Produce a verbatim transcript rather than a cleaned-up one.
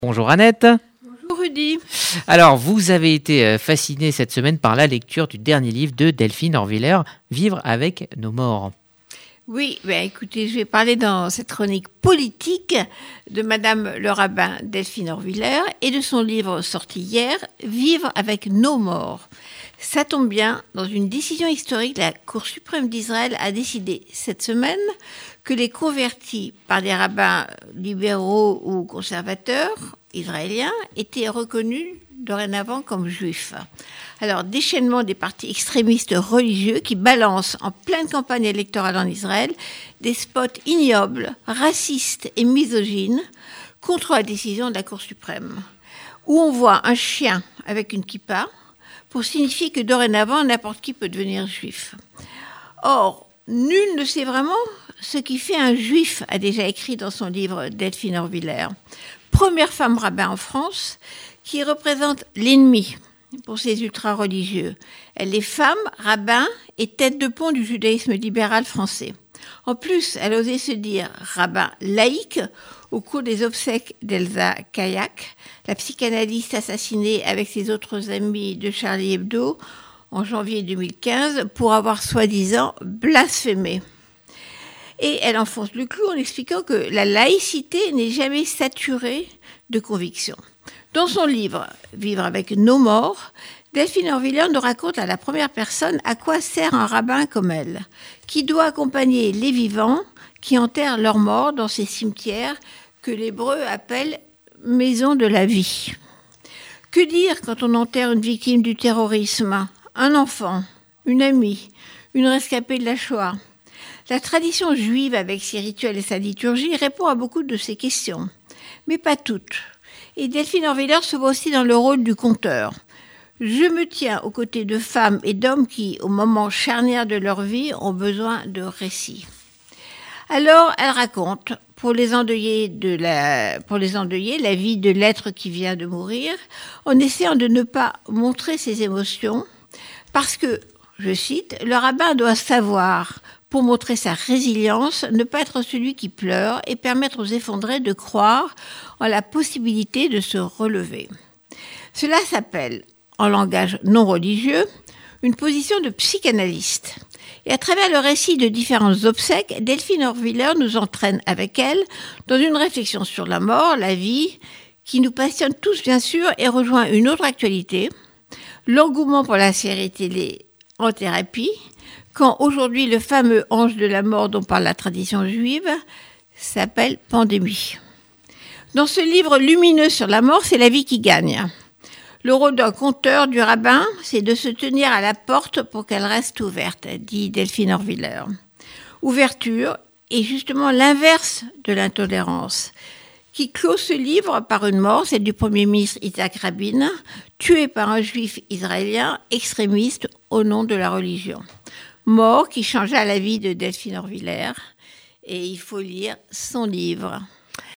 Bonjour Annette. Bonjour Rudy. Alors, vous avez été fascinée cette semaine par la lecture du dernier livre de Delphine Orviller, Vivre avec nos morts. Oui, ben écoutez, je vais parler dans cette chronique politique de Madame le rabbin Delphine Orviller et de son livre sorti hier, Vivre avec nos morts. Ça tombe bien, dans une décision historique, la Cour suprême d'Israël a décidé cette semaine que les convertis par des rabbins libéraux ou conservateurs israéliens étaient reconnus dorénavant comme juifs. Alors, déchaînement des partis extrémistes religieux qui balancent en pleine campagne électorale en Israël des spots ignobles, racistes et misogynes contre la décision de la Cour suprême, où on voit un chien avec une kippa pour signifier que dorénavant, n'importe qui peut devenir juif. Or, nul ne sait vraiment ce qui fait un juif, a déjà écrit dans son livre Delphine Orviller. Première femme rabbin en France, qui représente l'ennemi pour ces ultra-religieux. Elle est femme, rabbin et tête de pont du judaïsme libéral français. En plus, elle osait se dire rabbin laïque au cours des obsèques d'Elsa Kayak, la psychanalyste assassinée avec ses autres amis de Charlie Hebdo en janvier deux mille quinze pour avoir soi-disant blasphémé. Et elle enfonce le clou en expliquant que la laïcité n'est jamais saturée de convictions. Dans son livre « Vivre avec nos morts », Delphine Orviller nous raconte à la première personne à quoi sert un rabbin comme elle, qui doit accompagner les vivants qui enterrent leurs morts dans ces cimetières que l'hébreu appelle « maison de la vie ». Que dire quand on enterre une victime du terrorisme, un enfant, une amie, une rescapée de la Shoah ? La tradition juive, avec ses rituels et sa liturgie, répond à beaucoup de ces questions, mais pas toutes. Et Delphine Orviller se voit aussi dans le rôle du conteur. Je me tiens aux côtés de femmes et d'hommes qui, au moment charnière de leur vie, ont besoin de récits. Alors, elle raconte, pour les endeuillés, de la, pour les endeuillés, la vie de l'être qui vient de mourir, en essayant de ne pas montrer ses émotions, parce que, je cite, « le rabbin doit savoir, pour montrer sa résilience, ne pas être celui qui pleure et permettre aux effondrés de croire en la possibilité de se relever. » Cela s'appelle, en langage non religieux, une position de psychanalyste. Et à travers le récit de différentes obsèques, Delphine Orviller nous entraîne avec elle dans une réflexion sur la mort, la vie, qui nous passionne tous bien sûr et rejoint une autre actualité, l'engouement pour la série télé en thérapie, quand aujourd'hui le fameux ange de la mort dont parle la tradition juive s'appelle pandémie. Dans ce livre lumineux sur la mort, c'est la vie qui gagne. Le rôle d'un conteur, du rabbin, c'est de se tenir à la porte pour qu'elle reste ouverte, dit Delphine Orviller. Ouverture est justement l'inverse de l'intolérance, qui clôt ce livre par une mort, celle du Premier ministre Yitzhak Rabin, tué par un juif israélien extrémiste au nom de la religion. Mort qui changea la vie de Delphine Orviller, et il faut lire son livre.